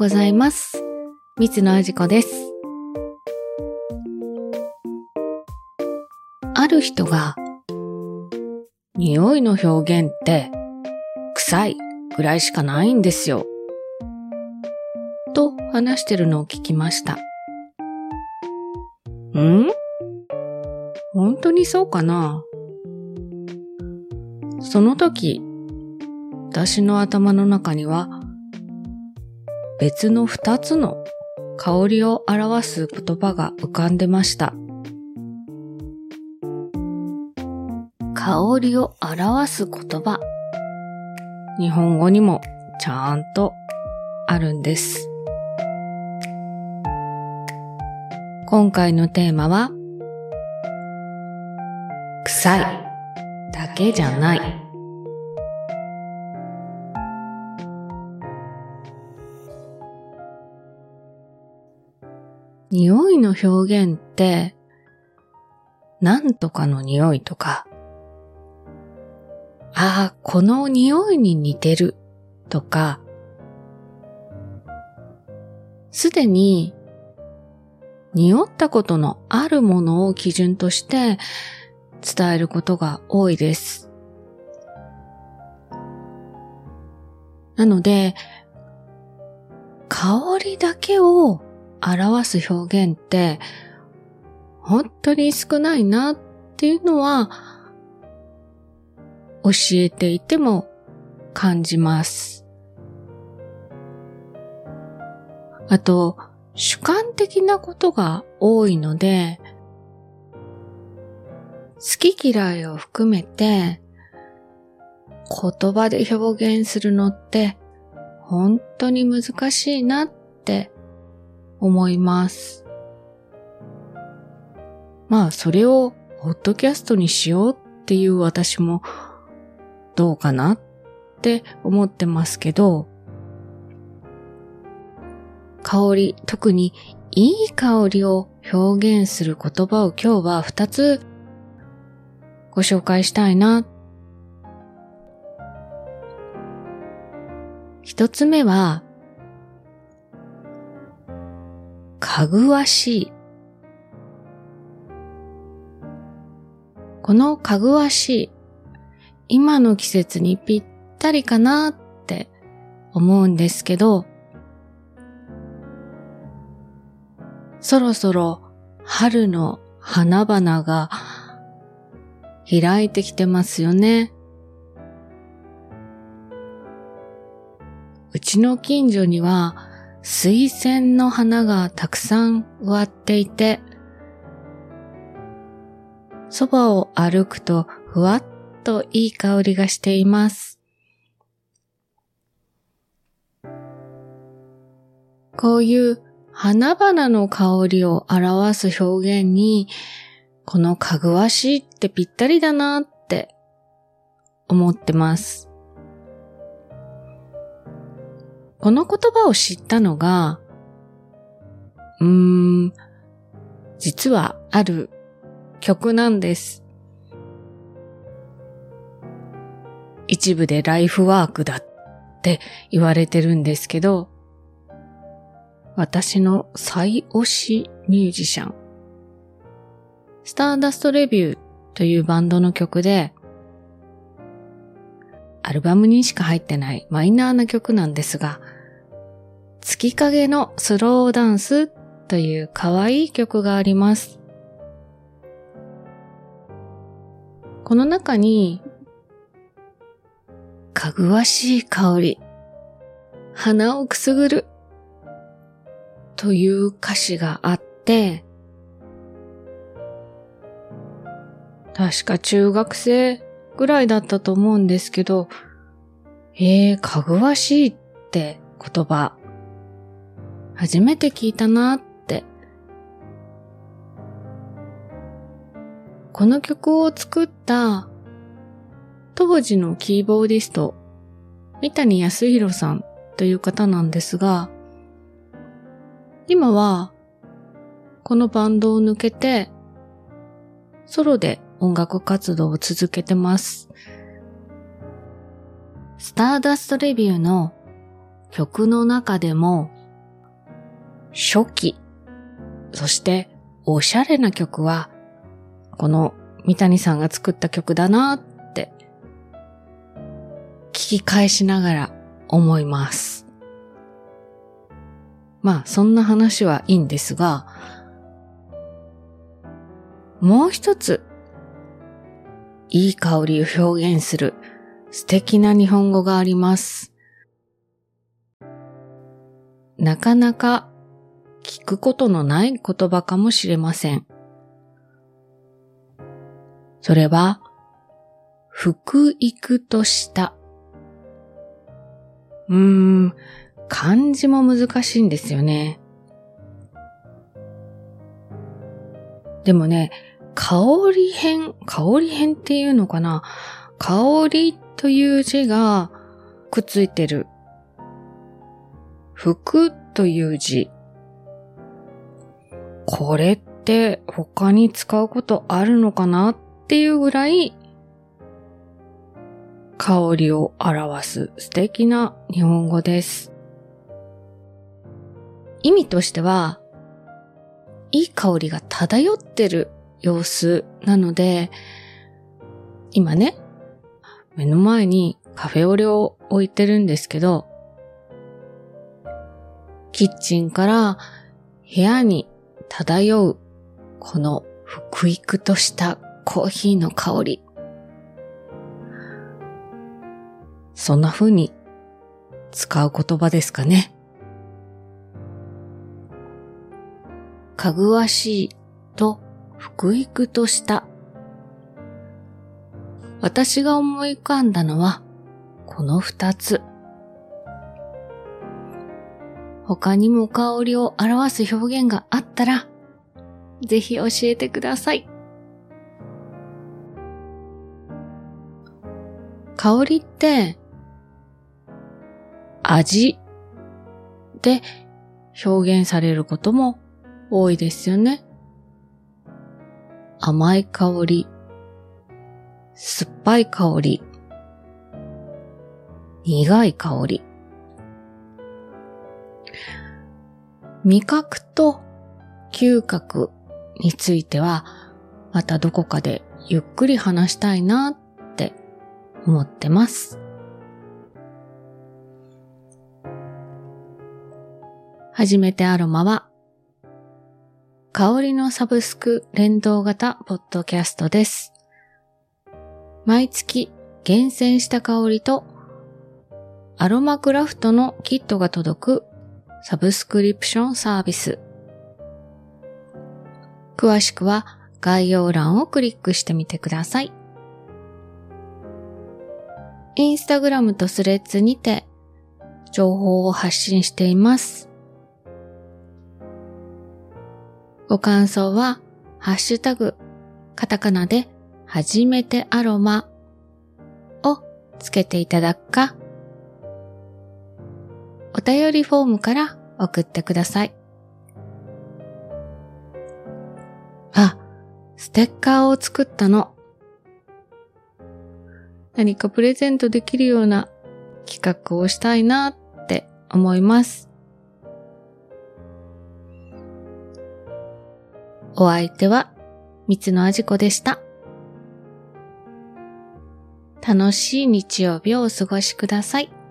ございます。三野あじこです。ある人が、匂いの表現って臭いぐらいしかないんですよ。と話してるのを聞きました。本当にそうかな？その時、私の頭の中には別の2つの香りを表す言葉が浮かんでました。香りを表す言葉。日本語にもちゃんとあるんです。今回のテーマは、臭いだけじゃない。匂いの表現って、なんとかの匂いとか、この匂いに似てるとか、すでに匂ったことのあるものを基準として伝えることが多いです。なので、香りだけを表す表現って本当に少ないなっていうのは教えていても感じます。あと、主観的なことが多いので、好き嫌いを含めて言葉で表現するのって本当に難しいなって思います。それをポッドキャストにしようっていう私もどうかなって思ってますけど、香り、特にいい香りを表現する言葉を今日は2つご紹介したいな。1つ目は、かぐわしい。このかぐわしい、今の季節にぴったりかなって思うんですけど、そろそろ春の花々が開いてきてますよね。うちの近所には水仙の花がたくさん植わっていて、そばを歩くとふわっといい香りがしています。こういう花々の香りを表す表現に、このかぐわしいってぴったりだなって思ってます。この言葉を知ったのが、実はある曲なんです。一部でライフワークだって言われてるんですけど、私の最推しミュージシャン、スターダストレビューというバンドの曲で、アルバムにしか入ってないマイナーな曲なんですが、月影のスローダンスという可愛い曲があります。この中に、かぐわしい香り、鼻をくすぐるという歌詞があって、確か中学生ぐらいだったと思うんですけど、かぐわしいって言葉、初めて聞いたなって。この曲を作った当時のキーボーディスト、三谷康弘さんという方なんですが、今はこのバンドを抜けてソロで音楽活動を続けてます。スターダストレビューの曲の中でも初期、そしておしゃれな曲は、この三谷さんが作った曲だなって聞き返しながら思います。まあそんな話はいいんですが、もう一ついい香りを表現する素敵な日本語があります。なかなか聞くことのない言葉かもしれません。それは、福育とした。漢字も難しいんですよね。でもね、香り編っていうのかな？香りという字がくっついてる。福という字。これって他に使うことあるのかなっていうぐらい香りを表す素敵な日本語です。意味としては、いい香りが漂ってる様子なので、今ね、目の前にカフェオレを置いてるんですけど、キッチンから部屋に漂うこの福育としたコーヒーの香り。そんな風に使う言葉ですかね。かぐわしいと福育とした。私が思い浮かんだのはこの二つ。他にも香りを表す表現があったら、ぜひ教えてください。香りって、味で表現されることも多いですよね。甘い香り、酸っぱい香り、苦い香り。味覚と嗅覚については、またどこかでゆっくり話したいなって思ってます。初めてアロマは、香りのサブスク連動型ポッドキャストです。毎月厳選した香りとアロマクラフトのキットが届くサブスクリプションサービス。詳しくは概要欄をクリックしてみてください。インスタグラムとスレッズにて情報を発信しています。ご感想はハッシュタグカタカナではじめてアロマをつけていただくか、お便りフォームから送ってください。あ、ステッカーを作ったの。何かプレゼントできるような企画をしたいなって思います。お相手は三野あじこでした。楽しい日曜日をお過ごしください。